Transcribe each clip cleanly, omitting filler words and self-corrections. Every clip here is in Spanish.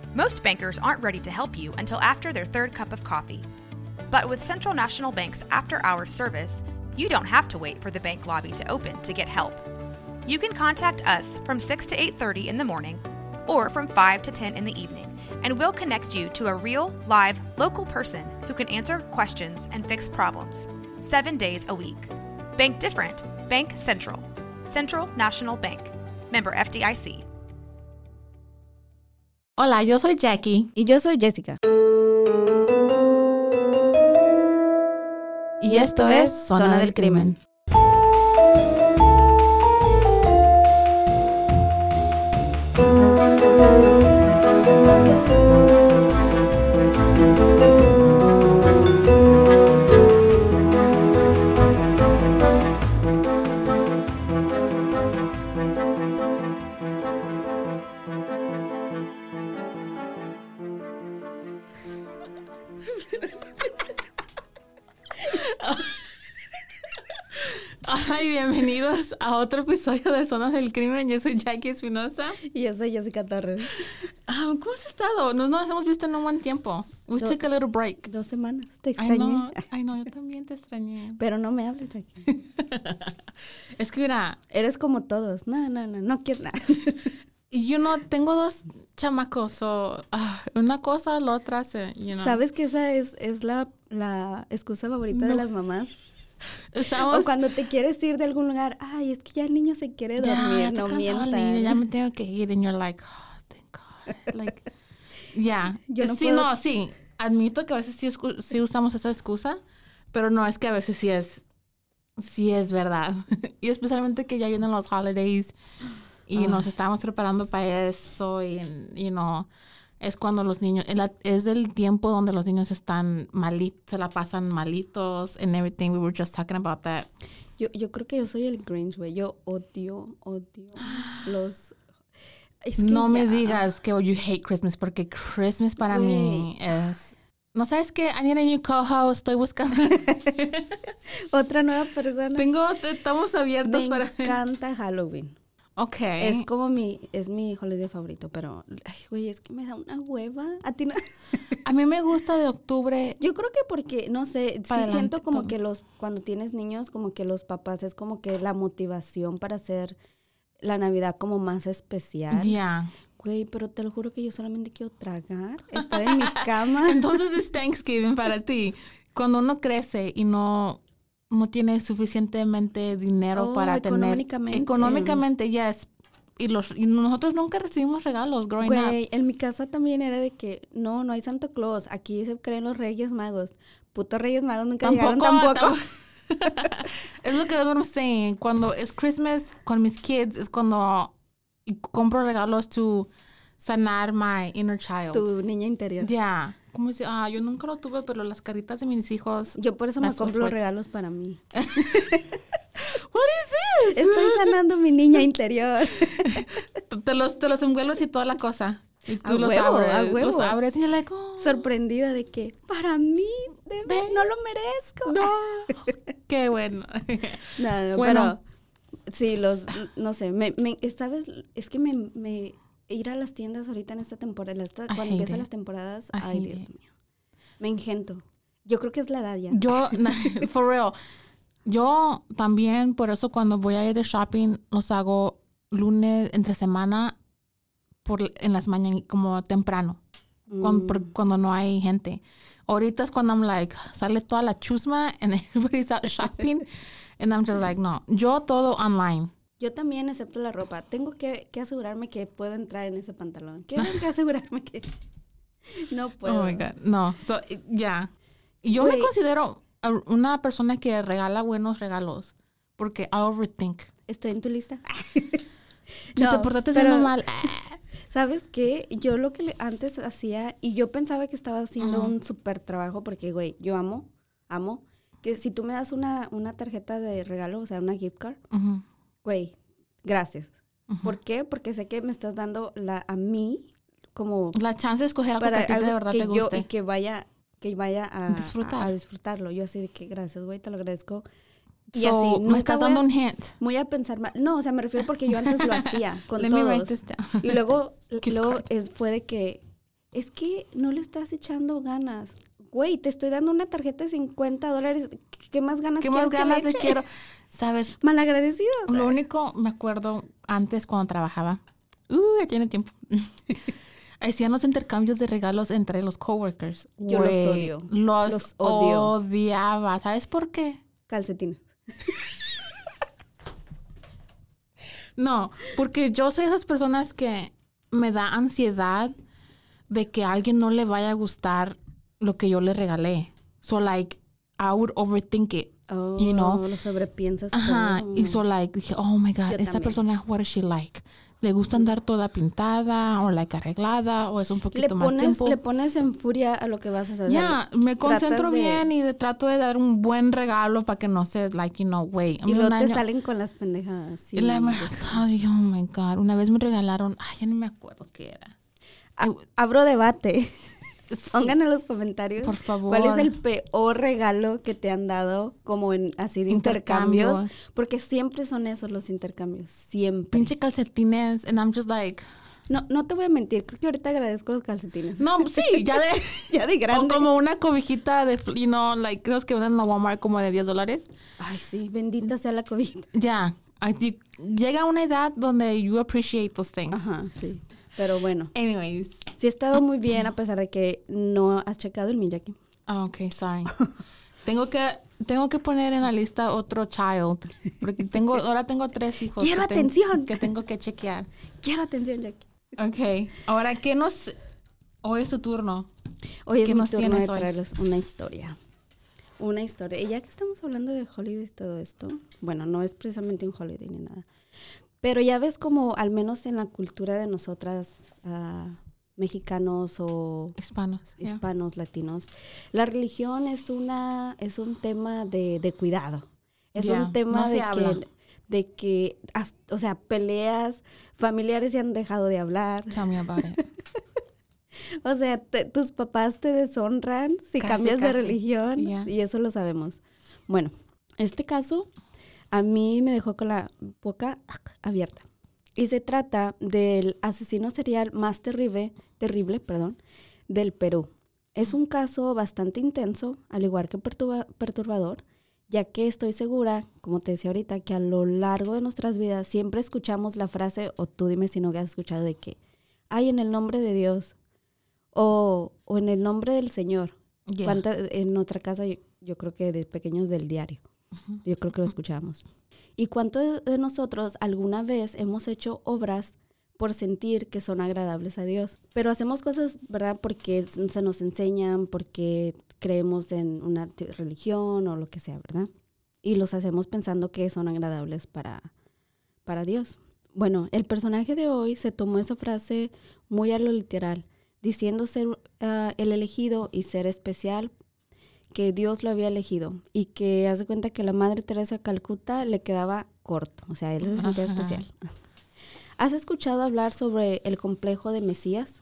Most bankers aren't ready to help you until after their third cup of coffee. But with Central National Bank's after-hours service, you don't have to wait for the bank lobby to open to get help. You can contact us from 6 to 8:30 in the morning or from 5 to 10 in the evening, and we'll connect you to a real, live, local person who can answer questions and fix problems 7 days a week. Bank different. Bank Central. Central National Bank. Member FDIC. Hola, yo soy Jackie. Y yo soy Jessica. Y esto es Zona del Crimen. Ay, bienvenidos a otro episodio de Zonas del Crimen. Yo soy Jackie Espinosa. Y yo soy Jessica Torres. ¿Cómo has estado? No nos hemos visto en un buen tiempo. We took a little break. 2 semanas. Te extrañé. Ay, no, yo también te extrañé. Pero no me hables, Jackie. Es que mira... Eres como todos. No quiero nada. Y tengo 2 chamacos. Una cosa, la otra, ¿Sabes que esa es la excusa favorita de las mamás? O cuando te quieres ir de algún lugar, ay, es que ya el niño se quiere dormir, no mientas. Ya me tengo que ir, and you're like, oh, thank God. Like, yeah. Sí, admito que a veces sí usamos esa excusa, pero no, es que a veces sí es verdad. Y especialmente que ya vienen los holidays y nos estamos preparando para eso y es cuando los niños, es el tiempo donde los niños están malitos, se la pasan malitos and everything. We were just talking about that. Yo creo que yo soy el Grinch, güey. Yo odio los... No me digas que you hate Christmas, porque Christmas para mí es... ¿No sabes qué? I need a new co-host. Estoy buscando... Otra nueva persona. Estamos abiertos para... Me encanta Halloween. Okay. Es como es mi holiday favorito, pero, ay, güey, es que me da una hueva. ¿A ti no? A mí me gusta de octubre. Yo creo que porque, no sé, sí siento como todo. Que cuando tienes niños, como que los papás es como que la motivación para hacer la Navidad como más especial. Ya. Yeah. Güey, pero te lo juro que yo solamente quiero tragar, estar en mi cama. Entonces es Thanksgiving para ti. Cuando uno crece y no tiene suficientemente dinero para tener... Económicamente, yes. Y nosotros nunca recibimos regalos growing up. Güey, en mi casa también era de que no hay Santa Claus. Aquí se creen los Reyes Magos. Putos Reyes Magos nunca llegaron tampoco. Es lo que I'm saying. Cuando es Christmas con mis kids, es cuando compro regalos to sanar my inner child. Tu niña interior. Ya. Yeah. Como dice, yo nunca lo tuve, pero las caritas de mis hijos... Yo por eso me compro regalos para mí. What is this? Estoy sanando mi niña interior. te los envuelves y toda la cosa. Y tú los abres. A huevo. Los abres y you're like, oh. Sorprendida de que, para mí, no lo merezco. No. Qué bueno. No, bueno, pero sí, no sé, ¿sabes? Es que me ir a las tiendas ahorita en esta temporada, cuando empiezan las temporadas, ay, Dios mío, me engento. Yo creo que es la edad ya. For real, yo también, por eso cuando voy a ir de shopping, los hago lunes, entre semana, en las mañanas, como temprano, cuando no hay gente. Ahorita es cuando I'm like, sale toda la chusma and everybody's out shopping, and I'm just like, no, yo todo online. Yo también, excepto la ropa. Tengo que asegurarme que puedo entrar en ese pantalón. Tengo que asegurarme que no puedo. Oh, my God. No. So, yeah. Yo me considero una persona que regala buenos regalos. Porque I overthink. ¿Estoy en tu lista? Si te portaste bien mal. ¿Sabes qué? Yo lo que antes hacía, y yo pensaba que estaba haciendo un súper trabajo, porque, güey, yo amo, que si tú me das una tarjeta de regalo, o sea, una gift card, güey, gracias. ¿Por qué? Porque sé que me estás dando a mí como... La chance de escoger algo que a ti de verdad te guste. Y que vaya a disfrutarlo. Yo así de que gracias, güey, te lo agradezco. Y así, me estás dando un hint. Voy a pensar mal. No, o sea, me refiero porque yo antes lo hacía con todos. Y luego fue de que es que no le estás echando ganas. Güey, te estoy dando una tarjeta de $50. ¿Qué más ganas ¿Qué más ganas le quiero? ¿Sabes? Malagradecidos. Lo único, me acuerdo, antes cuando trabajaba, ya tiene tiempo, hacían los intercambios de regalos entre los coworkers. Yo los odio. Los odio. Odiaba. ¿Sabes por qué? Calcetines. No, porque yo soy de esas personas que me da ansiedad de que a alguien no le vaya a gustar lo que yo le regalé. So, like, I would overthink it, you know? Lo sobrepiensas. Ajá, todo. y so, like, dije, oh, my God, Yo esta también. persona, what is she like? ¿Le gusta andar toda pintada o, like, arreglada o es un poquito más simple? Le pones en furia a lo que vas a hacer. Ya, me concentro bien y trato de dar un buen regalo para que no se, like, you know, wait. Y luego te salen con las pendejadas. Sí, ay, oh, my God. Una vez me regalaron, ya no me acuerdo qué era. Abro debate. Sí, Pongan en los comentarios. por favor. ¿Cuál es el peor regalo que te han dado como en así de intercambios? Porque siempre son esos los intercambios. Siempre. Pinche calcetines. And I'm just like... No te voy a mentir. Creo que ahorita agradezco los calcetines. No, sí, ya de... Ya de grande. O como una cobijita de, you know, like, los que venden en la Walmart como de $10. Ay, sí. Bendita sea la cobijita. Ya. Llega una edad donde you appreciate those things. Ajá, sí. Pero bueno. Anyways. Sí ha estado muy bien a pesar de que no has checado el Miyagi. Oh, ok, sorry. Tengo que poner en la lista otro child. Porque ahora tengo 3 hijos. ¡Quiero atención! Que tengo que chequear. Quiero atención, Jackie. Ok. Ahora, hoy es tu turno. Hoy es ¿Qué mi nos turno de tienes hoy? traerles una historia. Una historia. Y ya que estamos hablando de holiday y todo esto, bueno, no es precisamente un holiday ni nada. Pero ya ves como, al menos en la cultura de nosotras, mexicanos o hispanos, latinos, la religión es un tema de cuidado. Es un tema de que, o sea, peleas, familiares se han dejado de hablar. Tell me about it. O sea, tus papás te deshonran si cambias de religión, y eso lo sabemos. Bueno, este caso a mí me dejó con la boca abierta. Y se trata del asesino serial más terrible, del Perú. Es un caso bastante intenso, al igual que perturbador, ya que estoy segura, como te decía ahorita, que a lo largo de nuestras vidas siempre escuchamos la frase, o tú dime si no has escuchado, de que, ay, en el nombre de Dios, o en el nombre del Señor. Yeah. En nuestra casa, yo creo que de pequeños del diario. Uh-huh. Yo creo que lo escuchábamos. ¿Y cuántos de nosotros alguna vez hemos hecho obras por sentir que son agradables a Dios? Pero hacemos cosas, ¿verdad? Porque se nos enseñan, porque creemos en una religión o lo que sea, ¿verdad? Y los hacemos pensando que son agradables para Dios. Bueno, el personaje de hoy se tomó esa frase muy a lo literal, diciendo ser el elegido y ser especial, que Dios lo había elegido, y que hace cuenta que la Madre Teresa de Calcuta le quedaba corto, o sea, él se sentía especial. ¿Has escuchado hablar sobre el complejo de Mesías?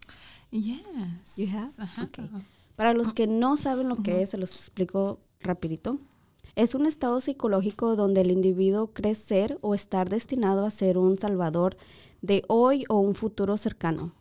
Yes. You have? Okay. Para los que no saben lo que es, se los explico rapidito. Es un estado psicológico donde el individuo cree ser o estar destinado a ser un salvador de hoy o un futuro cercano.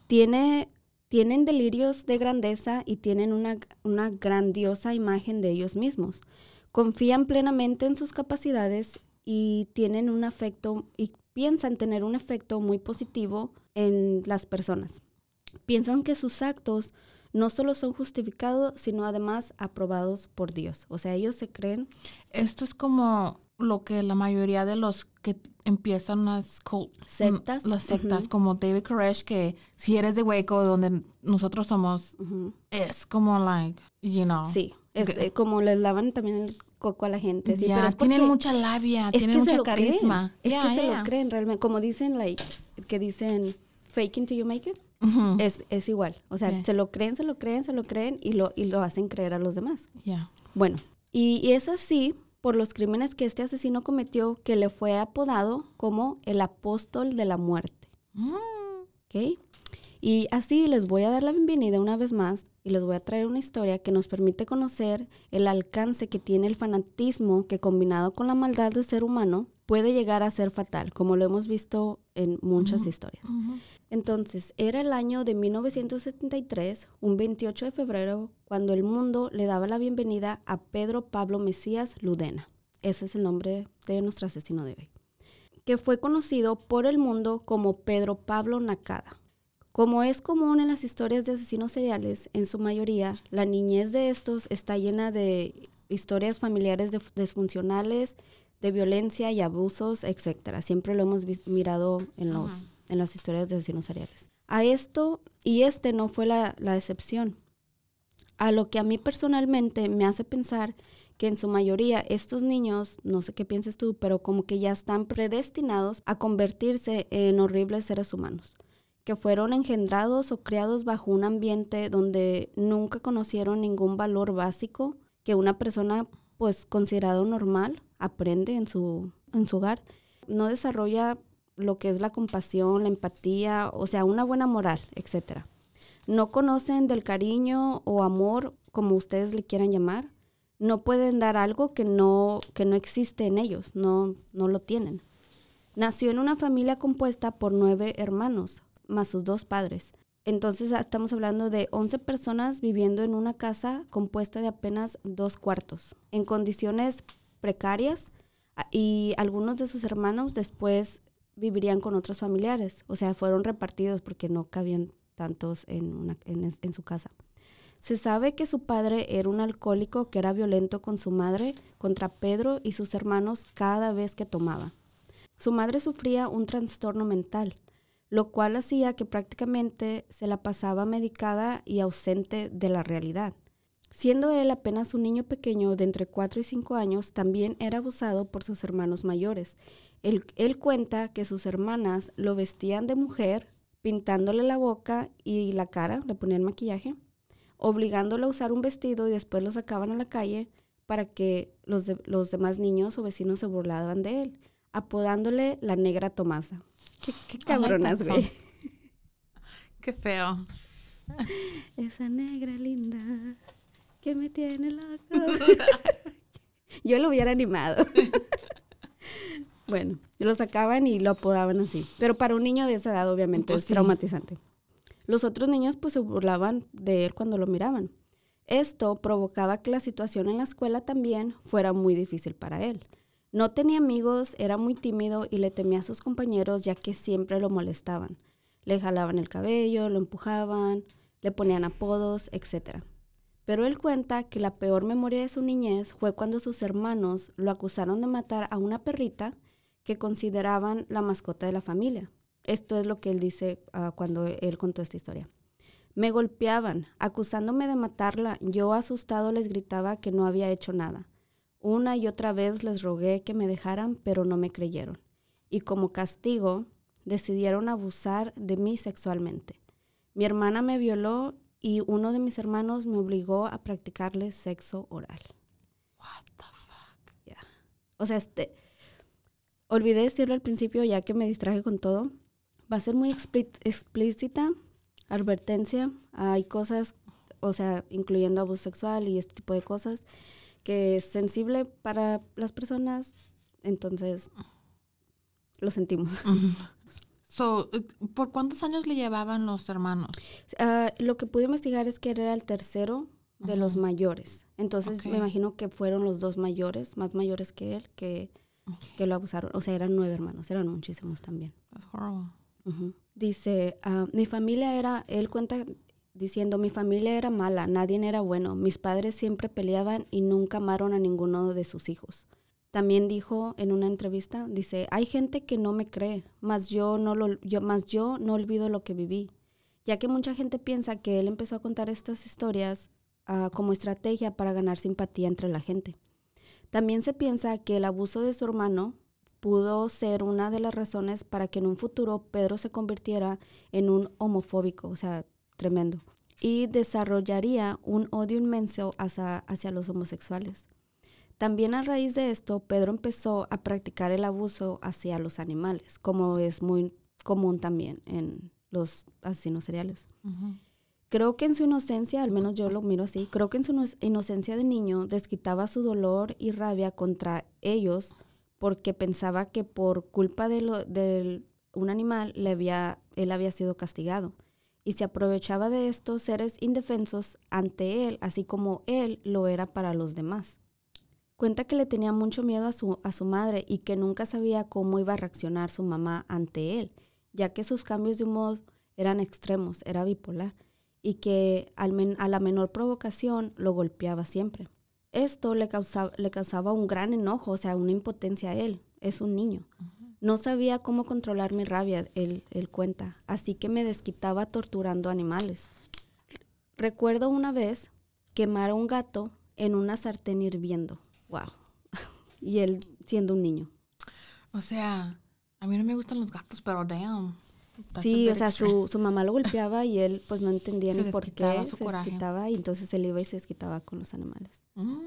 Tienen delirios de grandeza y tienen una grandiosa imagen de ellos mismos. Confían plenamente en sus capacidades y tienen un afecto y piensan tener un efecto muy positivo en las personas. Piensan que sus actos no solo son justificados, sino además aprobados por Dios. O sea, ellos se creen. Esto es como lo que la mayoría de los que empiezan las sectas, uh-huh, como David Koresh, que si eres de Waco, donde nosotros somos, uh-huh, es como like, you know. Sí, es como le lavan también el coco a la gente. Sí, pero es tienen mucha labia, tienen mucha carisma. Es que se lo creen realmente. Como dicen, que dicen, fake it till you make it. Uh-huh. Es igual. O sea, se lo creen y lo hacen creer a los demás. Yeah. Bueno, y es así por los crímenes que este asesino cometió, que le fue apodado como el apóstol de la muerte. ¿Ok? Y así les voy a dar la bienvenida una vez más y les voy a traer una historia que nos permite conocer el alcance que tiene el fanatismo que, combinado con la maldad del ser humano, puede llegar a ser fatal, como lo hemos visto en muchas historias. Entonces, era el año de 1973, un 28 de febrero, cuando el mundo le daba la bienvenida a Pedro Pablo Mesías Ludena. Ese es el nombre de nuestro asesino de hoy, que fue conocido por el mundo como Pedro Pablo Nakada. Como es común en las historias de asesinos seriales, en su mayoría, la niñez de estos está llena de historias familiares disfuncionales, de violencia y abusos, etc. Siempre lo hemos mirado en las historias de asesinos seriales. A esto, y no fue la excepción. A lo que a mí personalmente me hace pensar que en su mayoría estos niños, no sé qué piensas tú, pero como que ya están predestinados a convertirse en horribles seres humanos, que fueron engendrados o criados bajo un ambiente donde nunca conocieron ningún valor básico que una persona pues considerado normal aprende en su hogar. No desarrolla lo que es la compasión, la empatía, o sea, una buena moral, etc. No conocen del cariño o amor, como ustedes le quieran llamar. No pueden dar algo que no existe en ellos, no lo tienen. Nació en una familia compuesta por 9 hermanos, más sus 2 padres. Entonces estamos hablando de 11 personas viviendo en una casa compuesta de apenas 2 cuartos, en condiciones precarias, y algunos de sus hermanos después vivirían con otros familiares. O sea, fueron repartidos porque no cabían tantos en su casa. Se sabe que su padre era un alcohólico que era violento con su madre, contra Pedro y sus hermanos cada vez que tomaba. Su madre sufría un trastorno mental, lo cual hacía que prácticamente se la pasaba medicada y ausente de la realidad. Siendo él apenas un niño pequeño de entre 4 y 5 años, también era abusado por sus hermanos mayores. Él cuenta que sus hermanas lo vestían de mujer, pintándole la boca y la cara, le ponían maquillaje, obligándolo a usar un vestido y después lo sacaban a la calle para que los demás niños o vecinos se burlaban de él, apodándole la negra Tomasa. Qué cabronas, güey. Qué feo. Esa negra linda que me tiene loco. Yo lo hubiera animado. Bueno, lo sacaban y lo apodaban así. Pero para un niño de esa edad, obviamente, pues es traumatizante. Los otros niños, pues, se burlaban de él cuando lo miraban. Esto provocaba que la situación en la escuela también fuera muy difícil para él. No tenía amigos, era muy tímido y le temía a sus compañeros, ya que siempre lo molestaban. Le jalaban el cabello, lo empujaban, le ponían apodos, etc. Pero él cuenta que la peor memoria de su niñez fue cuando sus hermanos lo acusaron de matar a una perrita que consideraban la mascota de la familia. Esto es lo que él dice cuando él contó esta historia. Me golpeaban, acusándome de matarla. Yo asustado les gritaba que no había hecho nada. Una y otra vez les rogué que me dejaran, pero no me creyeron. Y como castigo, decidieron abusar de mí sexualmente. Mi hermana me violó y uno de mis hermanos me obligó a practicarle sexo oral. What the fuck? Yeah. O sea, olvidé decirlo al principio ya que me distraje con todo. Va a ser muy explícita, advertencia. Hay cosas, o sea, incluyendo abuso sexual y este tipo de cosas, que es sensible para las personas. Entonces, lo sentimos. ¿Por cuántos años le llevaban los hermanos? Lo que pude investigar es que era el tercero de los mayores. Entonces, me imagino que fueron los 2 mayores, más mayores que él, que lo abusaron. O sea, eran 9 hermanos, eran muchísimos también. That's horrible. Dice, él cuenta diciendo, mi familia era mala, nadie era bueno. Mis padres siempre peleaban y nunca amaron a ninguno de sus hijos. También dijo en una entrevista, dice, hay gente que no me cree, mas yo no olvido lo que viví, ya que mucha gente piensa que él empezó a contar estas historias como estrategia para ganar simpatía entre la gente. También se piensa que el abuso de su hermano pudo ser una de las razones para que en un futuro Pedro se convirtiera en un homofóbico, o sea, tremendo, y desarrollaría un odio inmenso hacia los homosexuales. También a raíz de esto, Pedro empezó a practicar el abuso hacia los animales, como es muy común también en los asesinos seriales. Creo que en su inocencia, al menos yo lo miro así, creo que en su inocencia de niño desquitaba su dolor y rabia contra ellos porque pensaba que por culpa de un animal él había sido castigado. Y se aprovechaba de estos seres indefensos ante él, así como él lo era para los demás. Cuenta que le tenía mucho miedo a su madre y que nunca sabía cómo iba a reaccionar su mamá ante él, ya que sus cambios de humor eran extremos, era bipolar, y que a la menor provocación lo golpeaba siempre. Esto le causaba un gran enojo, o sea, una impotencia a él. Es un niño. No sabía cómo controlar mi rabia, él cuenta, así que me desquitaba torturando animales. Recuerdo una vez quemar a un gato en una sartén hirviendo. ¡Wow! Y él siendo un niño. O sea, a mí no me gustan los gatos, pero damn. Sí, o sea, su mamá lo golpeaba y él pues no entendía ni por qué se desquitaba, y entonces él iba y se desquitaba con los animales.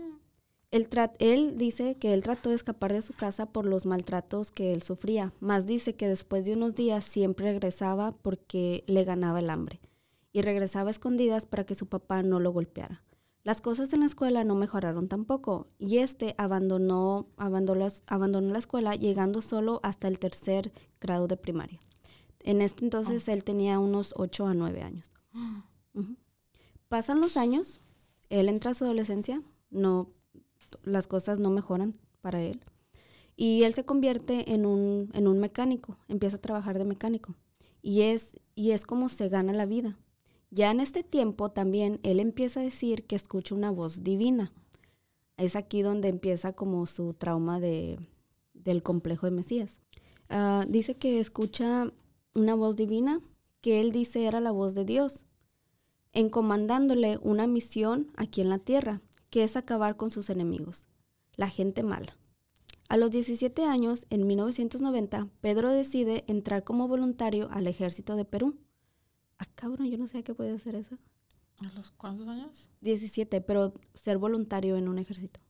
Él dice que él trató de escapar de su casa por los maltratos que él sufría, mas dice que después de unos días siempre regresaba porque le ganaba el hambre y regresaba a escondidas para que su papá no lo golpeara. Las cosas en la escuela no mejoraron tampoco y abandonó la escuela llegando solo hasta el 3er grado de primaria. En este entonces él tenía unos 8 a 9 años. Pasan los años, él entra a su adolescencia, las cosas no mejoran para él. Y él se convierte en un mecánico, empieza a trabajar de mecánico. Y es como se gana la vida. Ya en este tiempo también él empieza a decir que escucha una voz divina. Es aquí donde empieza como su trauma del complejo de Mesías. Dice que escucha una voz divina que él dice era la voz de Dios, encomendándole una misión aquí en la tierra, que es acabar con sus enemigos, la gente mala. A los 17 años, en 1990, Pedro decide entrar como voluntario al ejército de Perú. Cabrón, yo no sé qué puede hacer eso. ¿A los cuántos años? 17, pero ser voluntario en un ejército.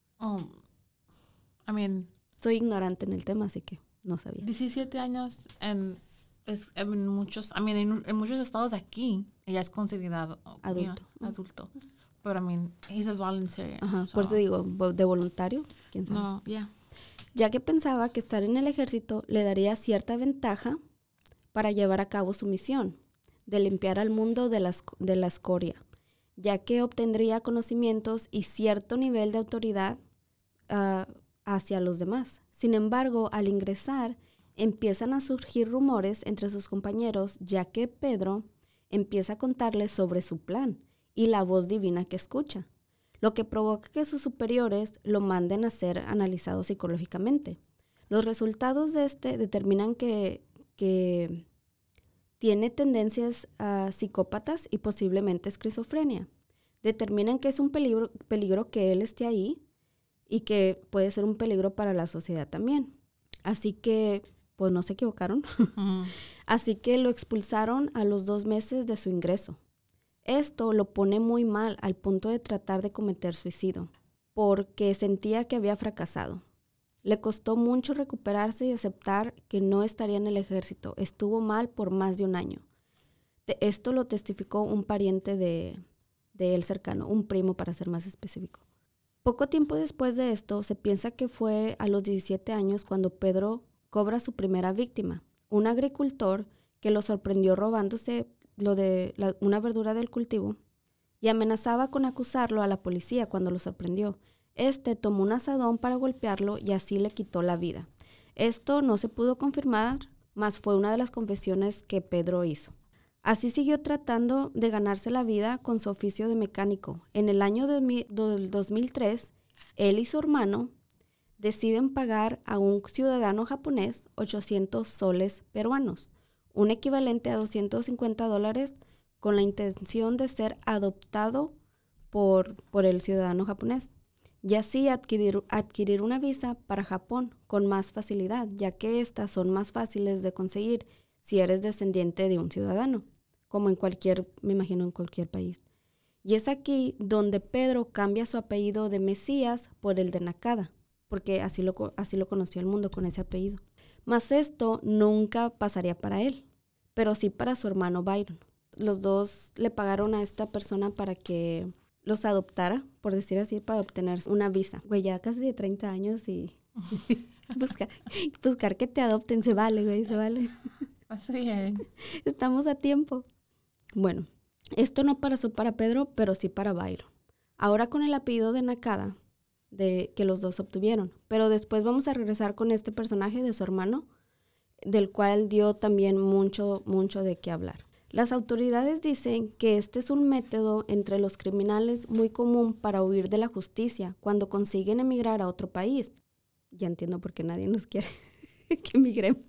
Soy ignorante en el tema, así que no sabía. 17 años en muchos estados de aquí, ella es considerado adulto. Pero, he's a volunteer. Ajá, por eso digo, ¿de voluntario? ¿Quién sabe? No, yeah. Ya que pensaba que estar en el ejército le daría cierta ventaja para llevar a cabo su misión, de limpiar al mundo de la escoria, ya que obtendría conocimientos y cierto nivel de autoridad hacia los demás. Sin embargo, al ingresar, empiezan a surgir rumores entre sus compañeros, ya que Pedro empieza a contarles sobre su plan y la voz divina que escucha, lo que provoca que sus superiores lo manden a ser analizado psicológicamente. Los resultados de determinan que tiene tendencias psicópatas y posiblemente esquizofrenia. Determinan que es un peligro que él esté ahí y que puede ser un peligro para la sociedad también. Así que, pues no se equivocaron. Así que lo expulsaron a los 2 meses de su ingreso. Esto lo pone muy mal al punto de tratar de cometer suicidio, porque sentía que había fracasado. Le costó mucho recuperarse y aceptar que no estaría en el ejército. Estuvo mal por más de 1 año. Esto lo testificó un pariente de él cercano, un primo para ser más específico. Poco tiempo después de esto, se piensa que fue a los 17 años cuando Pedro cobra su primera víctima, un agricultor que lo sorprendió robándose una verdura del cultivo y amenazaba con acusarlo a la policía cuando lo sorprendió. Tomó un asadón para golpearlo y así le quitó la vida. Esto no se pudo confirmar, mas fue una de las confesiones que Pedro hizo. Así siguió tratando de ganarse la vida con su oficio de mecánico. En el año del 2003, él y su hermano deciden pagar a un ciudadano japonés 800 soles peruanos, un equivalente a $250, con la intención de ser adoptado por el ciudadano japonés y así adquirir una visa para Japón con más facilidad, ya que estas son más fáciles de conseguir si eres descendiente de un ciudadano, como en cualquier país. Y es aquí donde Pedro cambia su apellido de Mesías por el de Nakada, porque así lo conoció el mundo con ese apellido. Mas esto nunca pasaría para él, pero sí para su hermano Byron. Los dos le pagaron a esta persona para que los adoptara, por decir así, para obtener una visa. Güey, ya casi de 30 años y Buscar que te adopten, se vale, güey, se vale. Así bien. Estamos a tiempo. Bueno, esto no pasó para Pedro, pero sí para Byron. Ahora con el apellido de Nakada, que los dos obtuvieron. Pero después vamos a regresar con este personaje de su hermano, del cual dio también mucho de qué hablar. Las autoridades dicen que este es un método entre los criminales muy común para huir de la justicia cuando consiguen emigrar a otro país. Ya entiendo por qué nadie nos quiere que emigremos.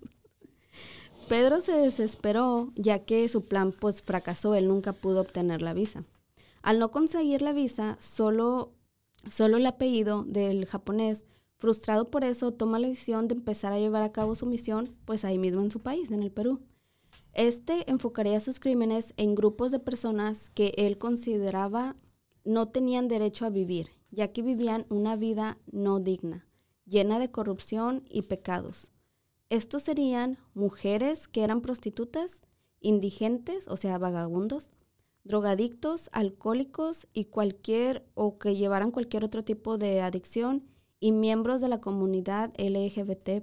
Pedro se desesperó ya que su plan pues fracasó, él nunca pudo obtener la visa. Al no conseguir la visa, solo el apellido del japonés, frustrado por eso, toma la decisión de empezar a llevar a cabo su misión pues ahí mismo en su país, en el Perú. Enfocaría sus crímenes en grupos de personas que él consideraba no tenían derecho a vivir, ya que vivían una vida no digna, llena de corrupción y pecados. Estos serían mujeres que eran prostitutas, indigentes, o sea, vagabundos, drogadictos, alcohólicos y que llevaran cualquier otro tipo de adicción y miembros de la comunidad LGBT+.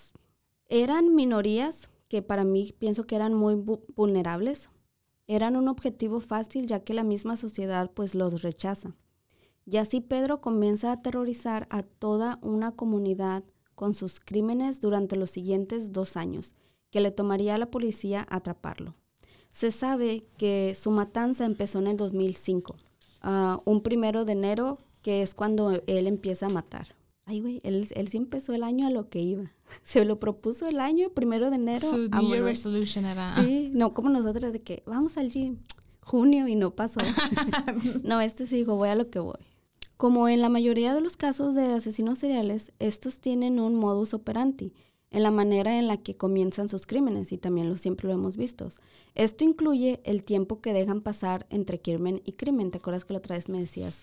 Eran minorías que para mí pienso que eran muy vulnerables. Eran un objetivo fácil ya que la misma sociedad pues los rechaza. Y así Pedro comienza a aterrorizar a toda una comunidad con sus crímenes durante los siguientes 2 años, que le tomaría a la policía atraparlo. Se sabe que su matanza empezó en el 2005, un 1 de enero, que es cuando él empieza a matar. Ay, güey, él sí empezó el año a lo que iba. Se lo propuso el año, 1 de enero. Su New Year Resolution era... Sí, no como nosotros de que vamos al gym, junio y no pasó. No, sí dijo, voy a lo que voy. Como en la mayoría de los casos de asesinos seriales, estos tienen un modus operandi en la manera en la que comienzan sus crímenes y también siempre lo hemos visto. Esto incluye el tiempo que dejan pasar entre crimen y crimen. ¿Te acuerdas que la otra vez me decías?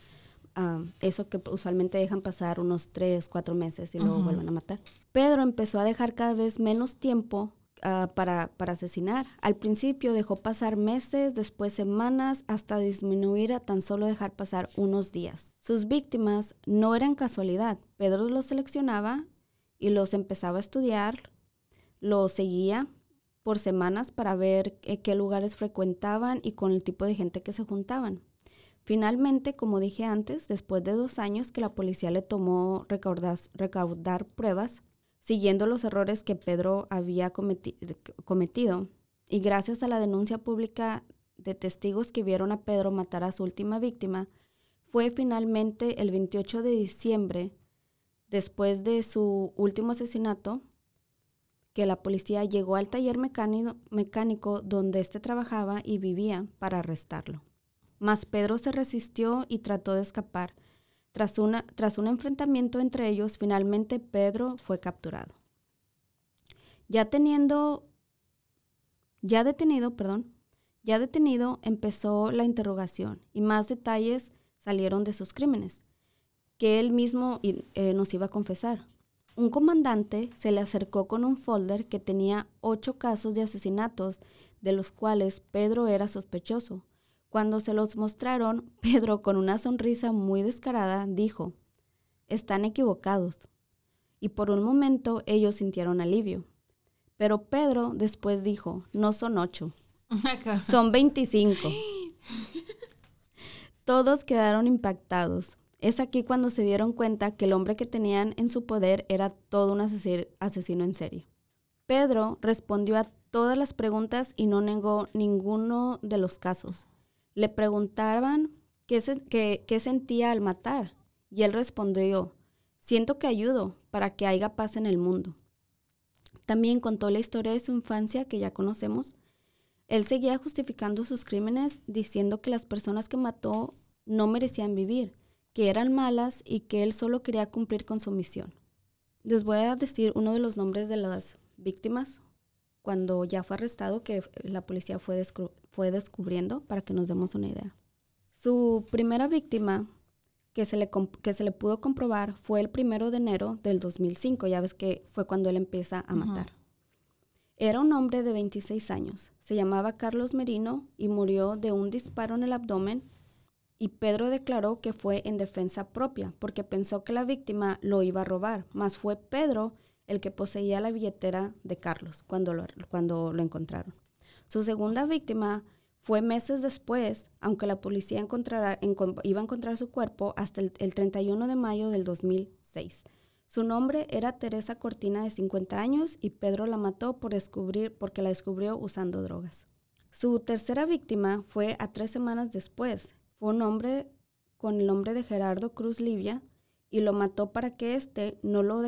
Eso que usualmente dejan pasar unos 3, 4 meses y luego vuelven a matar. Pedro empezó a dejar cada vez menos tiempo para asesinar. Al principio dejó pasar meses, después semanas, hasta disminuir a tan solo dejar pasar unos días. Sus víctimas no eran casualidad. Pedro los seleccionaba y los empezaba a estudiar, los seguía por semanas para ver qué lugares frecuentaban y con el tipo de gente que se juntaban. Finalmente, como dije antes, después de 2 años que la policía le tomó recaudar pruebas, siguiendo los errores que Pedro había cometido, y gracias a la denuncia pública de testigos que vieron a Pedro matar a su última víctima, fue finalmente el 28 de diciembre, después de su último asesinato, que la policía llegó al taller mecánico donde trabajaba y vivía para arrestarlo. Mas Pedro se resistió y trató de escapar. Tras un enfrentamiento entre ellos, finalmente Pedro fue capturado. Ya detenido, empezó la interrogación y más detalles salieron de sus crímenes, que él mismo nos iba a confesar. Un comandante se le acercó con un folder que tenía 8 casos de asesinatos, de los cuales Pedro era sospechoso. Cuando se los mostraron, Pedro, con una sonrisa muy descarada, dijo, «Están equivocados». Y por un momento ellos sintieron alivio. Pero Pedro después dijo, «No son 8, son 25». Todos quedaron impactados. Es aquí cuando se dieron cuenta que el hombre que tenían en su poder era todo un asesino en serie. Pedro respondió a todas las preguntas y no negó ninguno de los casos. Le preguntaban qué sentía al matar y él respondió, «Siento que ayudo para que haya paz en el mundo». También contó la historia de su infancia que ya conocemos. Él seguía justificando sus crímenes diciendo que las personas que mató no merecían vivir, que eran malas y que él solo quería cumplir con su misión. Les voy a decir uno de los nombres de las víctimas cuando ya fue arrestado, que la policía fue descubriendo para que nos demos una idea. Su primera víctima que se le pudo comprobar fue el 1 de enero del 2005, ya ves que fue cuando él empieza a matar. Era un hombre de 26 años, se llamaba Carlos Merino y murió de un disparo en el abdomen y Pedro declaró que fue en defensa propia porque pensó que la víctima lo iba a robar, mas fue Pedro el que poseía la billetera de Carlos cuando lo encontraron. Su segunda víctima fue meses después, aunque la policía iba a encontrar su cuerpo hasta el 31 de mayo del 2006. Su nombre era Teresa Cortina, de 50 años, y Pedro la mató porque la descubrió usando drogas. Su tercera víctima fue a 3 semanas después. Fue un hombre con el nombre de Gerardo Cruz Livia y lo mató para que no lo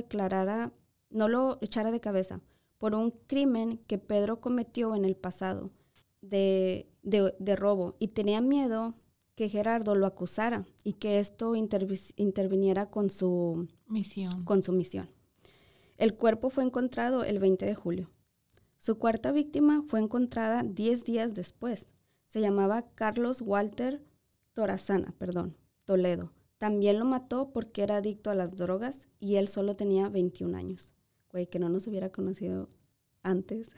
echara de cabeza por un crimen que Pedro cometió en el pasado de robo, y tenía miedo que Gerardo lo acusara y que esto interviniera con su misión. El cuerpo fue encontrado el 20 de julio. Su cuarta víctima fue encontrada 10 días después. Se llamaba Carlos Walter Toledo. También lo mató porque era adicto a las drogas y él solo tenía 21 años. Güey, que no nos hubiera conocido antes.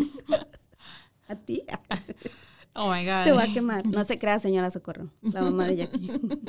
¿A ti? Oh, my God. Te voy a quemar. No se crea, señora Socorro, la mamá de Jackie.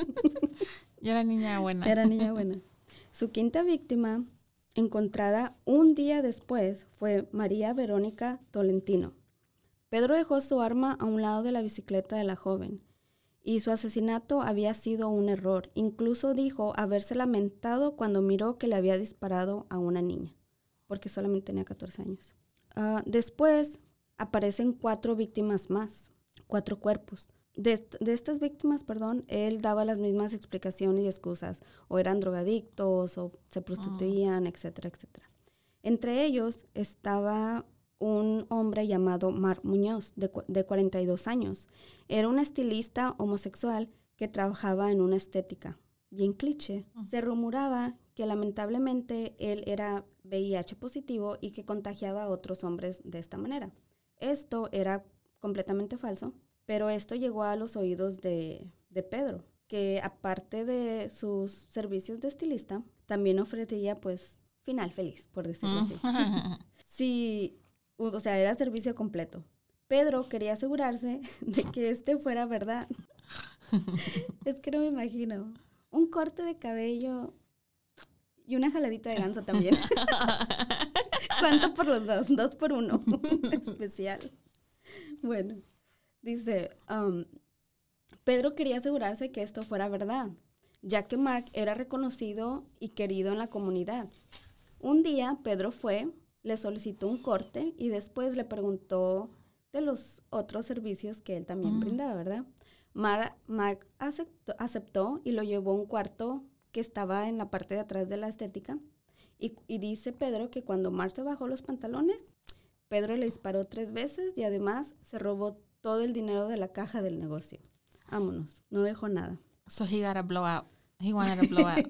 Yo era niña buena. Era niña buena. Su quinta víctima, encontrada un día después, fue María Verónica Tolentino. Pedro dejó su arma a un lado de la bicicleta de la joven y su asesinato había sido un error. Incluso dijo haberse lamentado cuando miró que le había disparado a una niña, porque solamente tenía 14 años. Después aparecen 4 víctimas más, 4 cuerpos. De estas víctimas, él daba las mismas explicaciones y excusas. O eran drogadictos, o se prostituían, etcétera, etcétera. Entre ellos estaba un hombre llamado Marc Muñoz, de 42 años. Era un estilista homosexual que trabajaba en una estética bien cliché. Se rumoraba que lamentablemente él era VIH positivo y que contagiaba a otros hombres de esta manera. Esto era completamente falso, pero esto llegó a los oídos de Pedro, que aparte de sus servicios de estilista, también ofrecía, pues, final feliz, por decirlo así. Sí, o sea, era servicio completo. Pedro quería asegurarse de que fuera verdad. Es que no me imagino. Un corte de cabello y una jaladita de ganso también. ¿Cuánto por los dos? 2 por 1. Especial. Bueno, dice, Pedro quería asegurarse que esto fuera verdad, ya que Marc era reconocido y querido en la comunidad. Un día Pedro le solicitó un corte y después le preguntó de los otros servicios que él también brindaba, ¿verdad? Marc aceptó y lo llevó a un cuarto que estaba en la parte de atrás de la estética. Y dice Pedro que cuando Marc se bajó los pantalones, Pedro le disparó 3 veces y además se robó todo el dinero de la caja del negocio. Vámonos, no dejó nada. So he got a blowout. He wanted a blowout.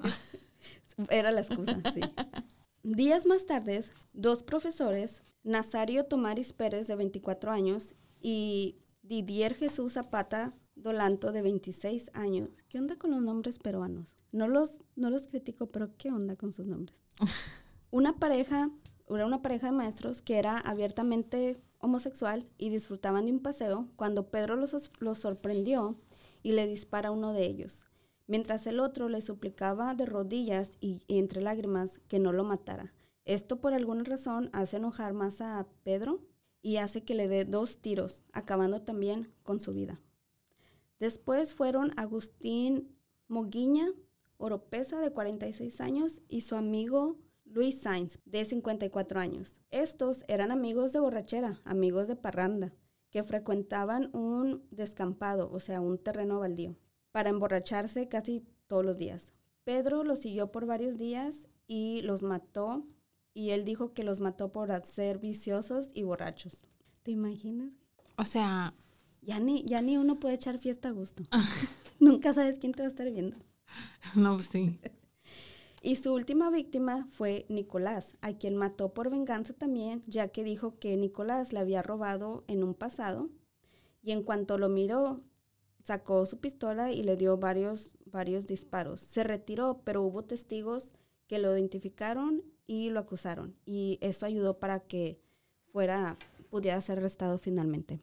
Era la excusa, sí. Días más tarde, 2 profesores, Nazario Tomaris Pérez, de 24 años, y Didier Jesús Zapata Dolanto, de 26 años. ¿Qué onda con los nombres peruanos? No los critico, pero ¿qué onda con sus nombres? Era una pareja de maestros que era abiertamente homosexual y disfrutaban de un paseo cuando Pedro los sorprendió y le dispara a uno de ellos, mientras el otro le suplicaba de rodillas y entre lágrimas que no lo matara. Esto por alguna razón hace enojar más a Pedro y hace que le dé 2 tiros, acabando también con su vida. Después fueron Agustín Moguiña Oropesa, de 46 años, y su amigo Luis Sainz, de 54 años. Estos eran amigos de borrachera, amigos de parranda, que frecuentaban un descampado, o sea, un terreno baldío, para emborracharse casi todos los días. Pedro los siguió por varios días y los mató, y él dijo que los mató por ser viciosos y borrachos. ¿Te imaginas? O sea, ya ni uno puede echar fiesta a gusto. Nunca sabes quién te va a estar viendo. No, sí. Y su última víctima fue Nicolás, a quien mató por venganza también, ya que dijo que Nicolás le había robado en un pasado, y en cuanto lo miró, sacó su pistola y le dio varios disparos. Se retiró, pero hubo testigos que lo identificaron y lo acusaron, y eso ayudó para que pudiera ser arrestado finalmente.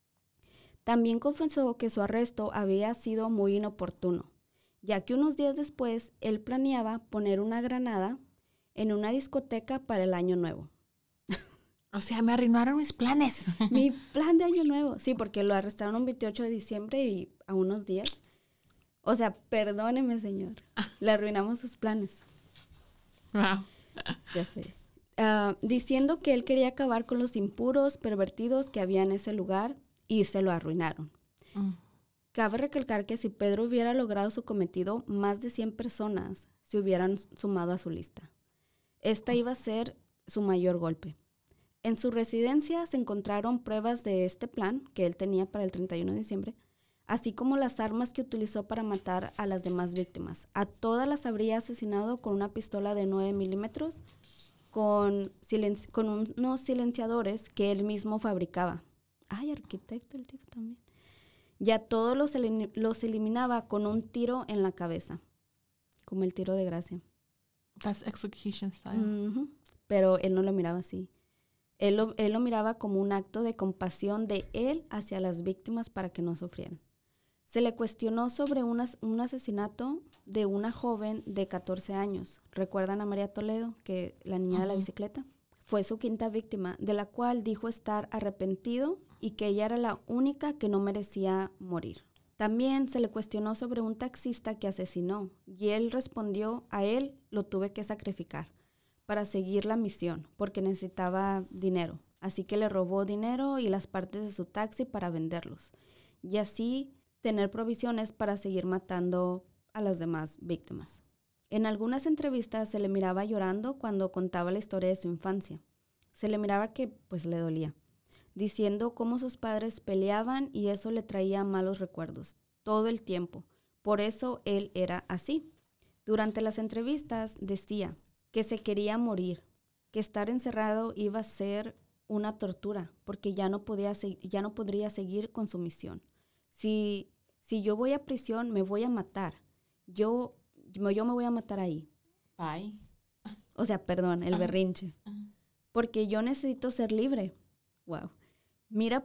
También confesó que su arresto había sido muy inoportuno, ya que unos días después él planeaba poner una granada en una discoteca para el año nuevo. O sea, me arruinaron mis planes. Mi plan de año nuevo. Sí, porque lo arrestaron un 28 de diciembre y a unos días. O sea, perdóneme, señor. Le arruinamos sus planes. Wow. Ya sé. Diciendo que él quería acabar con los impuros, pervertidos que había en ese lugar y se lo arruinaron. Cabe recalcar que si Pedro hubiera logrado su cometido, más de 100 personas se hubieran sumado a su lista. Esta iba a ser su mayor golpe. En su residencia se encontraron pruebas de este plan que él tenía para el 31 de diciembre, así como las armas que utilizó para matar a las demás víctimas. A todas las habría asesinado con una pistola de 9 milímetros, con unos silenciadores que él mismo fabricaba. Ay, arquitecto el tipo también. Y a todos los eliminaba con un tiro en la cabeza, como el tiro de gracia. That's execution style. Pero él no lo miraba así. Él lo miraba como un acto de compasión de él hacia las víctimas para que no sufrieran. Se le cuestionó sobre un asesinato de una joven de 14 años. ¿Recuerdan a María Toledo, que la niña de la bicicleta? Fue su quinta víctima, de la cual dijo estar arrepentido y que ella era la única que no merecía morir. También se le cuestionó sobre un taxista que asesinó y él respondió: a él lo tuve que sacrificar para seguir la misión, porque necesitaba dinero. Así que le robó dinero y las partes de su taxi para venderlos. Y así tener provisiones para seguir matando a las demás víctimas. En algunas entrevistas se le miraba llorando cuando contaba la historia de su infancia. Se le miraba que pues le dolía, diciendo cómo sus padres peleaban y eso le traía malos recuerdos todo el tiempo. Por eso él era así. Durante las entrevistas decía que se quería morir, que estar encerrado iba a ser una tortura, porque ya no podría seguir con su misión. Si yo voy a prisión, me voy a matar. Yo me voy a matar ahí. Bye. O sea, perdón, el berrinche. Porque yo necesito ser libre. Wow. Mira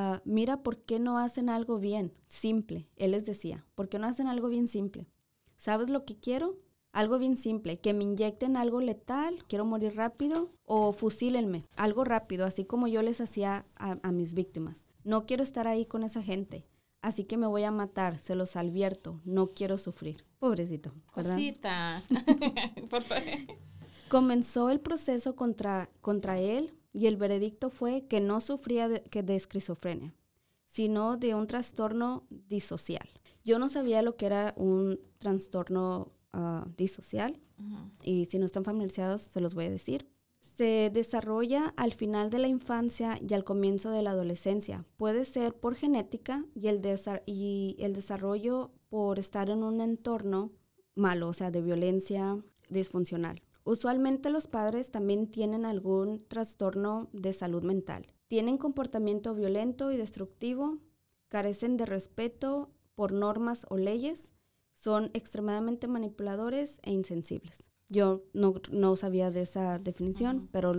por qué no hacen algo bien, simple. Él les decía, ¿por qué no hacen algo bien simple? ¿Sabes lo que quiero? Algo bien simple, que me inyecten algo letal, quiero morir rápido, o fusílenme, algo rápido, así como yo les hacía a mis víctimas. No quiero estar ahí con esa gente, así que me voy a matar, se los advierto, no quiero sufrir. Pobrecito, ¿verdad? Cosita. Por favor. Comenzó el proceso contra él y el veredicto fue que no sufría de esquizofrenia, sino de un trastorno disocial. Yo no sabía lo que era un trastorno disocial, y si no están familiarizados se los voy a decir. Se desarrolla al final de la infancia y al comienzo de la adolescencia. Puede ser por genética y el desarrollo por estar en un entorno malo, o sea, de violencia disfuncional. Usualmente los padres también tienen algún trastorno de salud mental. Tienen comportamiento violento y destructivo, carecen de respeto por normas o leyes, son extremadamente manipuladores e insensibles. Yo no sabía de esa definición, pero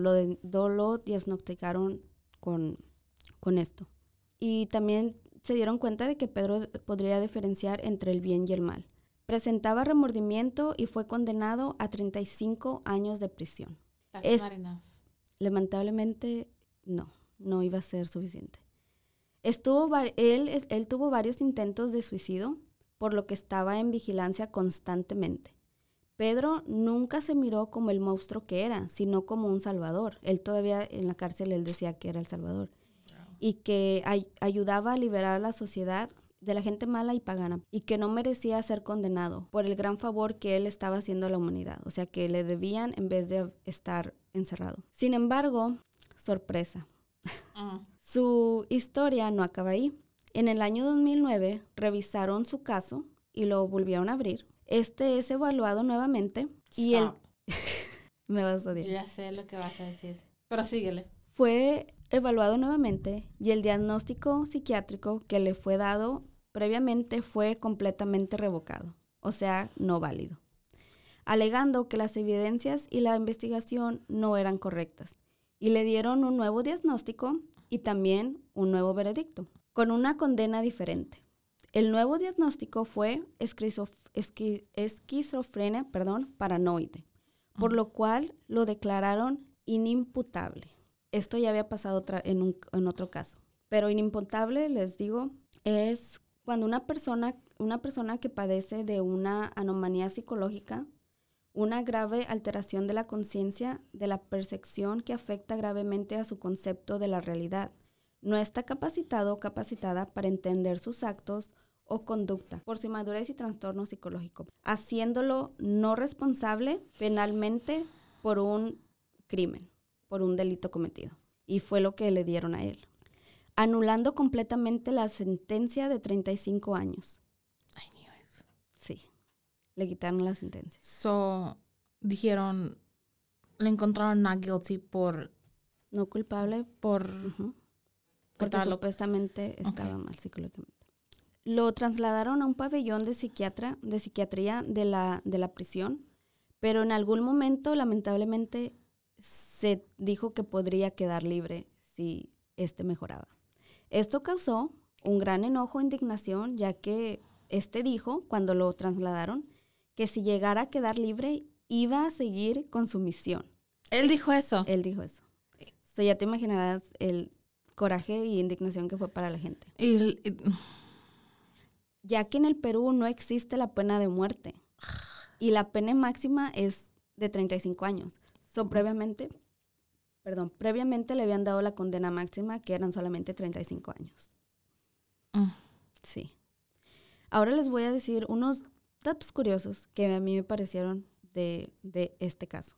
lo diagnosticaron con esto. Y también se dieron cuenta de que Pedro podría diferenciar entre el bien y el mal. Presentaba remordimiento y fue condenado a 35 años de prisión. That's not enough. Lamentablemente, no iba a ser suficiente. Él tuvo varios intentos de suicidio, por lo que estaba en vigilancia constantemente. Pedro nunca se miró como el monstruo que era, sino como un salvador. Él todavía en la cárcel, él decía que era el salvador. Wow. Y que ayudaba a liberar a la sociedad de la gente mala y pagana, y que no merecía ser condenado por el gran favor que él estaba haciendo a la humanidad. O sea, que le debían en vez de estar encerrado. Sin embargo, sorpresa. Su historia no acaba ahí. En el año 2009 revisaron su caso y lo volvieron a abrir. Este es evaluado nuevamente. Y él... Me vas a odiar. Yo ya sé lo que vas a decir, pero síguele. Fue evaluado nuevamente y el diagnóstico psiquiátrico que le fue dado previamente fue completamente revocado, o sea, no válido, alegando que las evidencias y la investigación no eran correctas, y le dieron un nuevo diagnóstico y también un nuevo veredicto, con una condena diferente. El nuevo diagnóstico fue esquizofrenia paranoide, por lo cual lo declararon inimputable. Esto ya había pasado en otro caso. Pero inimputable, les digo, es cuando una persona que padece de una anomalía psicológica, una grave alteración de la conciencia, de la percepción que afecta gravemente a su concepto de la realidad, no está capacitado o capacitada para entender sus actos o conducta por su inmadurez y trastorno psicológico, haciéndolo no responsable penalmente por un crimen, por un delito cometido. Y fue lo que le dieron a él, anulando completamente la sentencia de 35 años. Ay, ni eso. Sí, le quitaron la sentencia. Dijeron, le encontraron not guilty por... No culpable por... porque supuestamente estaba mal psicológicamente. Lo trasladaron a un pabellón de psiquiatría de la prisión, pero en algún momento, lamentablemente, se dijo que podría quedar libre si mejoraba. Esto causó un gran enojo e indignación, ya que dijo, cuando lo trasladaron, que si llegara a quedar libre, iba a seguir con su misión. ¿Él dijo eso? Él dijo eso. So, ya te imaginarás el coraje y indignación que fue para la gente. Ya que en el Perú no existe la pena de muerte y la pena máxima es de 35 años. Previamente le habían dado la condena máxima, que eran solamente 35 años. Sí. Ahora les voy a decir unos datos curiosos que a mí me parecieron de este caso.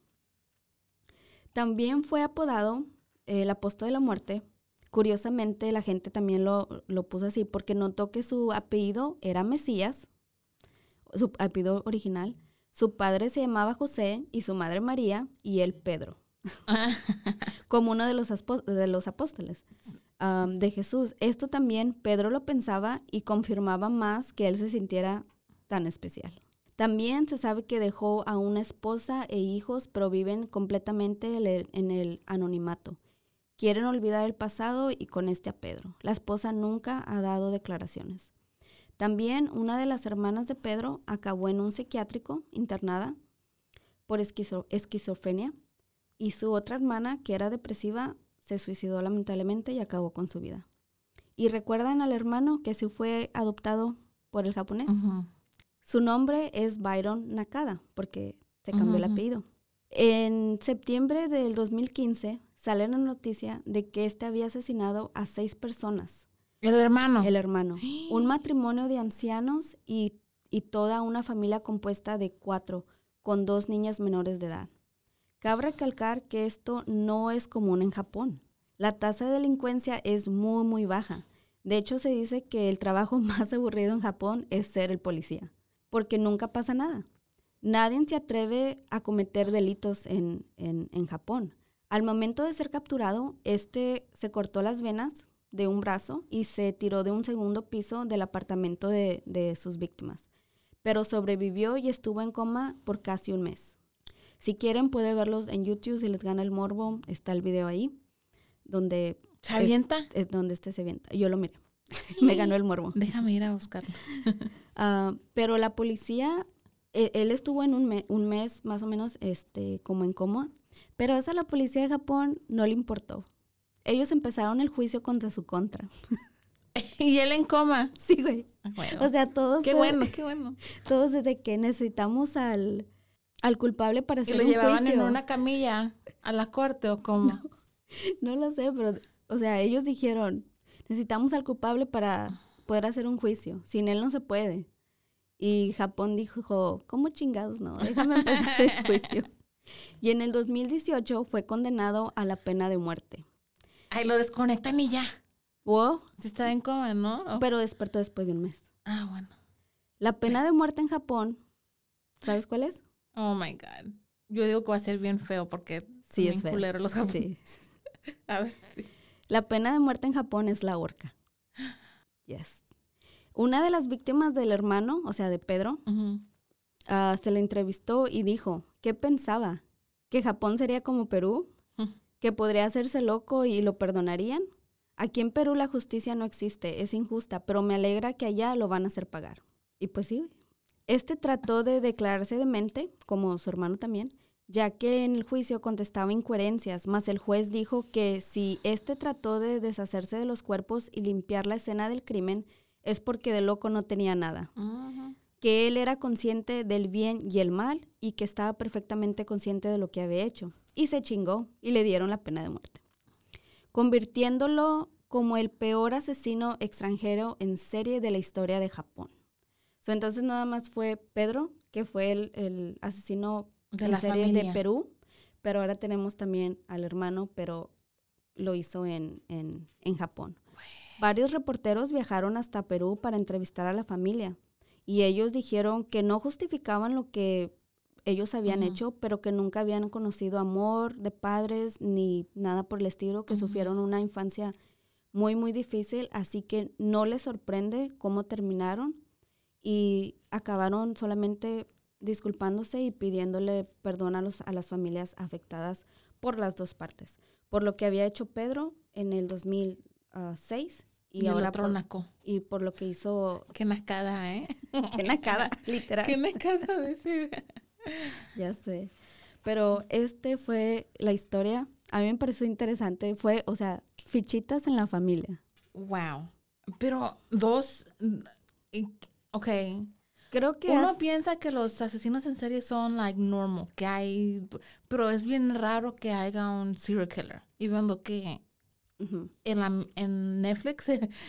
También fue apodado el apóstol de la muerte. Curiosamente, la gente también lo puso así porque notó que su apellido era Mesías, su apellido original. Su padre se llamaba José y su madre María y él Pedro, como uno de los apóstoles de Jesús. Esto también Pedro lo pensaba y confirmaba más que él se sintiera tan especial. También se sabe que dejó a una esposa e hijos, pero viven completamente en el anonimato. Quieren olvidar el pasado y con a Pedro. La esposa nunca ha dado declaraciones. También una de las hermanas de Pedro acabó en un psiquiátrico internada por esquizofrenia y su otra hermana, que era depresiva, se suicidó lamentablemente y acabó con su vida. ¿Y recuerdan al hermano que sí fue adoptado por el japonés? Uh-huh. Su nombre es Byron Nakada porque se cambió el apellido. En septiembre del 2015 sale la noticia de que había asesinado a 6 personas. ¿El hermano? El hermano. Un matrimonio de ancianos y toda una familia compuesta de 4, con 2 niñas menores de edad. Cabe recalcar que esto no es común en Japón. La tasa de delincuencia es muy, muy baja. De hecho, se dice que el trabajo más aburrido en Japón es ser el policía, porque nunca pasa nada. Nadie se atreve a cometer delitos en Japón. Al momento de ser capturado, se cortó las venas de un brazo y se tiró de un segundo piso del apartamento de sus víctimas. Pero sobrevivió y estuvo en coma por casi un mes. Si quieren, pueden verlos en YouTube, si les gana el morbo, está el video ahí. Donde ¿se avienta? Es donde se avienta. Yo lo miré. Me ganó el morbo. Déjame ir a buscarlo. Pero la policía, él estuvo en un mes más o menos como en coma. Pero eso a la policía de Japón no le importó. Ellos empezaron el juicio contra su contra. ¿Y él en coma? Sí, güey. Bueno. O sea, todos... Qué bueno. Todos desde que necesitamos al culpable para hacer un juicio. ¿Y lo llevaban en una camilla a la corte o cómo? No lo sé, pero... O sea, ellos dijeron, necesitamos al culpable para poder hacer un juicio. Sin él no se puede. Y Japón dijo, ¿cómo chingados no? Déjame empezar el juicio. Y en el 2018 fue condenado a la pena de muerte. Ay, lo desconectan y ya. ¿Wow? Sí estaba en coma, ¿no? Pero despertó después de un mes. Ah, bueno. La pena de muerte en Japón, ¿sabes cuál es? Oh, my God. Yo digo que va a ser bien feo porque sí, son es bien culeros los japoneses. Sí. A ver. La pena de muerte en Japón es la horca. Yes. Una de las víctimas del hermano, o sea, de Pedro, se le entrevistó y dijo, ¿qué pensaba? ¿Que Japón sería como Perú? ¿Que podría hacerse loco y lo perdonarían? Aquí en Perú la justicia no existe, es injusta, pero me alegra que allá lo van a hacer pagar. Y pues sí, trató de declararse demente, como su hermano también, ya que en el juicio contestaba incoherencias, mas el juez dijo que si trató de deshacerse de los cuerpos y limpiar la escena del crimen, es porque de loco no tenía nada. Uh-huh. Que él era consciente del bien y el mal y que estaba perfectamente consciente de lo que había hecho. Y se chingó y le dieron la pena de muerte, convirtiéndolo como el peor asesino extranjero en serie de la historia de Japón. Entonces nada más fue Pedro, que fue el asesino de en serie familia de Perú, pero ahora tenemos también al hermano, pero lo hizo en Japón. Varios reporteros viajaron hasta Perú para entrevistar a la familia y ellos dijeron que no justificaban lo que ellos habían hecho, pero que nunca habían conocido amor de padres ni nada por el estilo, que sufrieron una infancia muy, muy difícil, así que no les sorprende cómo terminaron y acabaron solamente disculpándose y pidiéndole perdón a las familias afectadas por las dos partes, por lo que había hecho Pedro en el 2006 y ahora y por lo que hizo. Qué nacada, ¿eh? Qué nacada, literal. Qué nacada de ese. Ya sé. Pero fue la historia. A mí me pareció interesante. Fue, o sea, fichitas en la familia. Wow. Pero ok. Creo que uno piensa que los asesinos en serie son like normal, pero es bien raro que haya un serial killer. Y viendo que en Netflix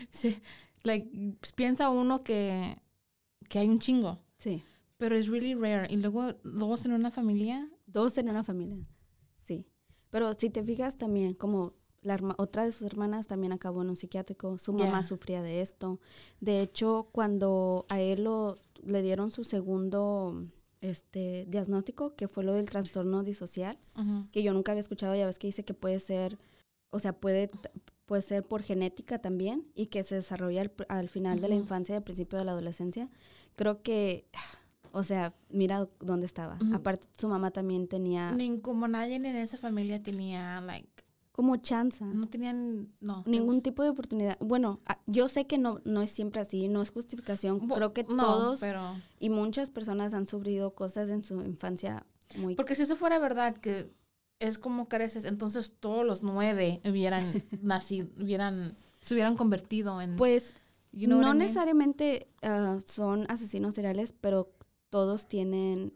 piensa uno que hay un chingo. Sí. Pero es really rare. Y luego dos en una familia. Dos en una familia, sí. Pero si te fijas también, como otra de sus hermanas también acabó en un psiquiátrico. Su mamá sufría de esto. De hecho, cuando a él le dieron su segundo diagnóstico, que fue lo del trastorno disocial, que yo nunca había escuchado, ya ves que dice que puede ser, o sea, puede ser por genética también y que se desarrolla al final de la infancia y al principio de la adolescencia. Creo que, o sea, mira dónde estaba. Aparte, su mamá también tenía. Como nadie en esa familia tenía, como chance. No tenían, ningún tipo de oportunidad. Bueno, yo sé que no es siempre así, no es justificación. Creo que todos y muchas personas han sufrido cosas en su infancia muy. Porque si eso fuera verdad, que es como creces, entonces todos los 9 hubieran nacido, se hubieran convertido en. Pues no necesariamente son asesinos seriales, pero todos tienen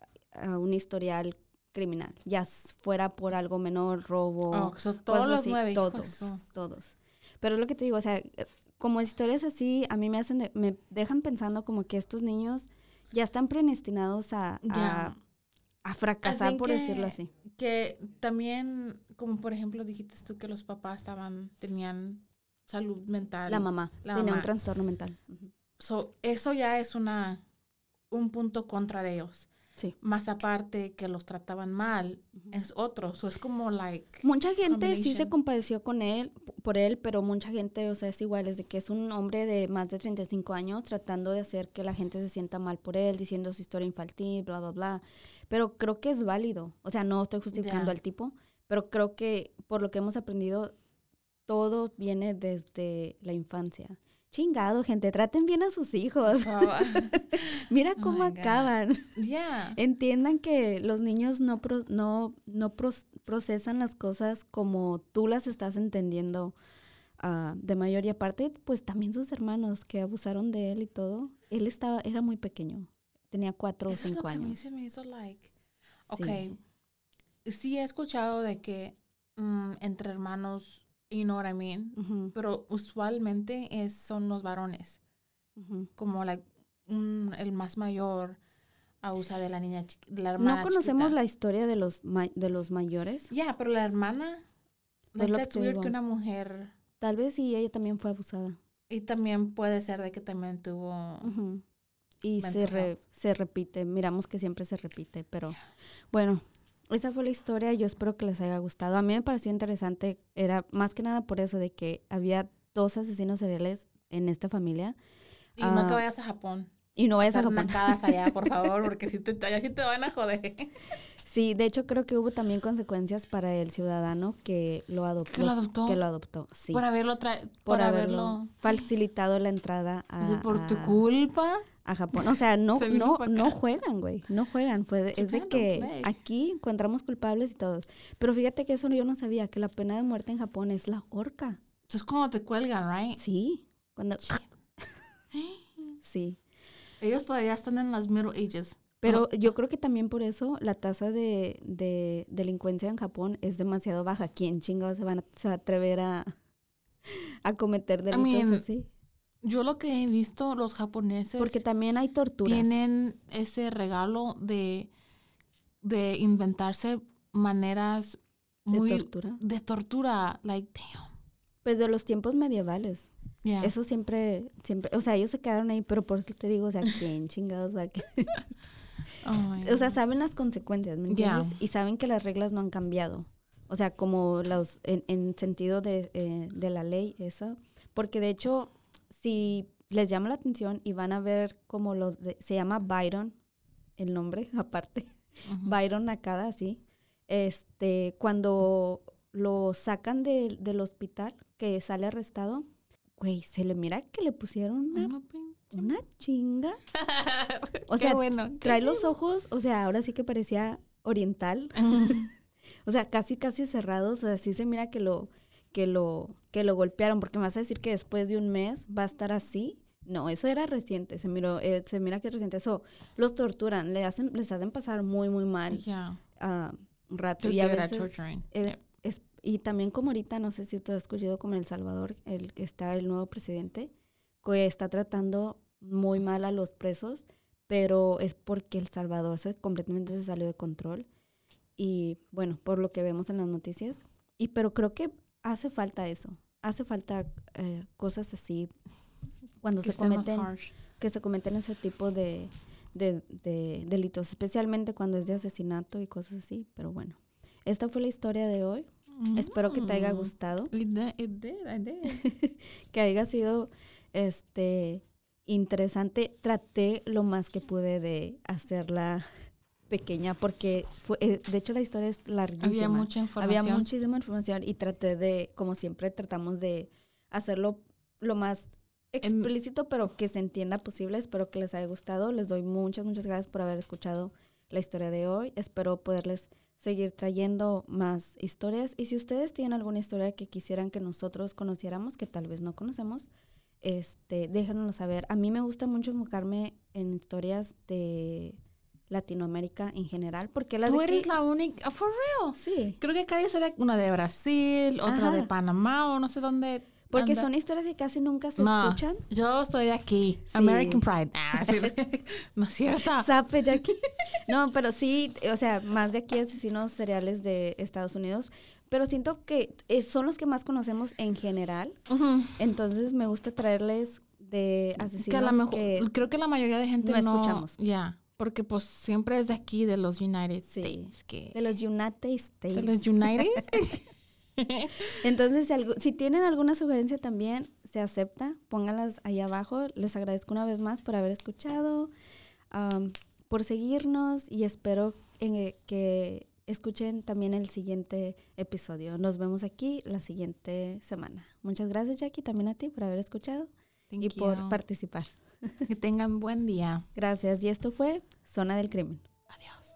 un historial criminal, ya fuera por algo menor, robo. Todos los 9. Todos. Pero es lo que te digo, o sea, como historias así, a mí me dejan pensando como que estos niños ya están predestinados a fracasar, por decirlo así. Que también, como por ejemplo dijiste tú que los papás tenían salud mental. La mamá tenía un trastorno mental. Eso ya es un punto contra de ellos. Sí. Más aparte que los trataban mal, es otro. Es como mucha gente sí se compadeció por él, pero mucha gente, o sea, es igual, es de que es un hombre de más de 35 años tratando de hacer que la gente se sienta mal por él, diciendo su historia infantil, bla, bla, bla. Pero creo que es válido. O sea, no estoy justificando al tipo, pero creo que por lo que hemos aprendido, todo viene desde la infancia. Chingado, gente, traten bien a sus hijos. Mira cómo acaban. Yeah. Entiendan que los niños no procesan las cosas como tú las estás entendiendo de mayor. Y aparte, pues también sus hermanos que abusaron de él y todo. Él era muy pequeño. Tenía 4 o 5 años. A mí se me hizo okay. Sí he escuchado de que entre hermanos, you know what I mean, pero usualmente son los varones, como el más mayor abusa de la niña de la hermana. No conocemos chiquita. La historia de los mayores. Pero la hermana, that's weird que una mujer. Tal vez sí, ella también fue abusada. Y también puede ser de que también tuvo. Y se repite, miramos que siempre se repite, pero bueno. Esa fue la historia, yo espero que les haya gustado. A mí me pareció interesante, era más que nada por eso de que había 2 asesinos seriales en esta familia. Y no te vayas a Japón. Y no vayas a Japón. Japón. Nacadas allá, por favor, porque allá sí te van a joder. Sí, de hecho creo que hubo también consecuencias para el ciudadano que lo adoptó. ¿Que lo adoptó? Sí. Por haberlo facilitado la entrada por tu culpa. A Japón. O sea, no juegan, güey. No juegan. Es de que aquí encontramos culpables y todos. Pero fíjate que eso yo no sabía, que la pena de muerte en Japón es la horca. Entonces, cuando te cuelgan, ¿right? Sí. Cuando... Sí. Ellos todavía están en las Middle Ages. Pero yo creo que también por eso la tasa de delincuencia en Japón es demasiado baja. ¿Quién chingados se va a atrever a cometer delitos así? Yo lo que he visto, los japoneses... Porque también hay torturas. Tienen ese regalo de inventarse maneras muy... De tortura. Like, damn. Pues de los tiempos medievales. Yeah. Eso siempre... O sea, ellos se quedaron ahí, pero por eso te digo, o sea, ¿quién chingados va a o sea, saben las consecuencias, ¿me entiendes? Yeah. Y saben que las reglas no han cambiado. O sea, como en sentido de la ley, eso. Porque de hecho... Si les llama la atención y van a ver como se llama Byron, el nombre aparte, Byron Nakada, así, cuando lo sacan del hospital, que sale arrestado, güey, se le mira que le pusieron una chinga. O sea, trae los ojos, o sea, ahora sí que parecía oriental. O sea, casi cerrados, o sea, sí se mira que lo golpearon, porque me vas a decir que después de un mes va a estar así. No, eso era reciente, se mira que es reciente. Eso, los torturan, les hacen pasar muy, muy mal rato. Y a veces, y también como ahorita, no sé si usted ha escuchado como en El Salvador, que está el nuevo presidente, que está tratando muy mal a los presos, pero es porque El Salvador completamente se salió de control. Y bueno, por lo que vemos en las noticias. Pero creo que hace falta eso. Hace falta cosas así cuando se cometen ese tipo de delitos, especialmente cuando es de asesinato y cosas así. Pero bueno, esta fue la historia de hoy. Espero que te haya gustado. I did. Que haya sido interesante. Traté lo más que pude de hacerla pequeña porque de hecho la historia es larguísima. Había mucha información. Había muchísima información y traté de, como siempre, tratamos de hacerlo lo más explícito, pero que se entienda posible. Espero que les haya gustado. Les doy muchas gracias por haber escuchado la historia de hoy. Espero poderles seguir trayendo más historias. Y si ustedes tienen alguna historia que quisieran que nosotros conociéramos, que tal vez no conocemos, déjanoslo saber. A mí me gusta mucho enfocarme en historias de Latinoamérica en general, porque las ¿Tú eres la única? ¿For real? Sí. Creo que cada historia, una de Brasil, otra de Panamá o no sé dónde. Porque son historias que casi nunca se escuchan. Yo estoy de aquí. Sí. American Pride. No es cierto. Sape de aquí. No, pero sí, o sea, más de aquí asesinos seriales de Estados Unidos. Pero siento que son los que más conocemos en general. Entonces me gusta traerles de asesinos que creo que la mayoría de gente no escuchamos. Ya. Porque pues siempre es de aquí, de los United States. De los United States. De los United. Entonces, si tienen alguna sugerencia también, se acepta. Pónganlas ahí abajo. Les agradezco una vez más por haber escuchado, por seguirnos y espero que escuchen también el siguiente episodio. Nos vemos aquí la siguiente semana. Muchas gracias, Jackie, también a ti por haber escuchado por participar. Que tengan buen día. Gracias. Y esto fue Zona del Crimen. Adiós.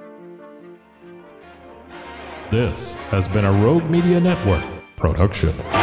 This has been a Rogue Media Network production.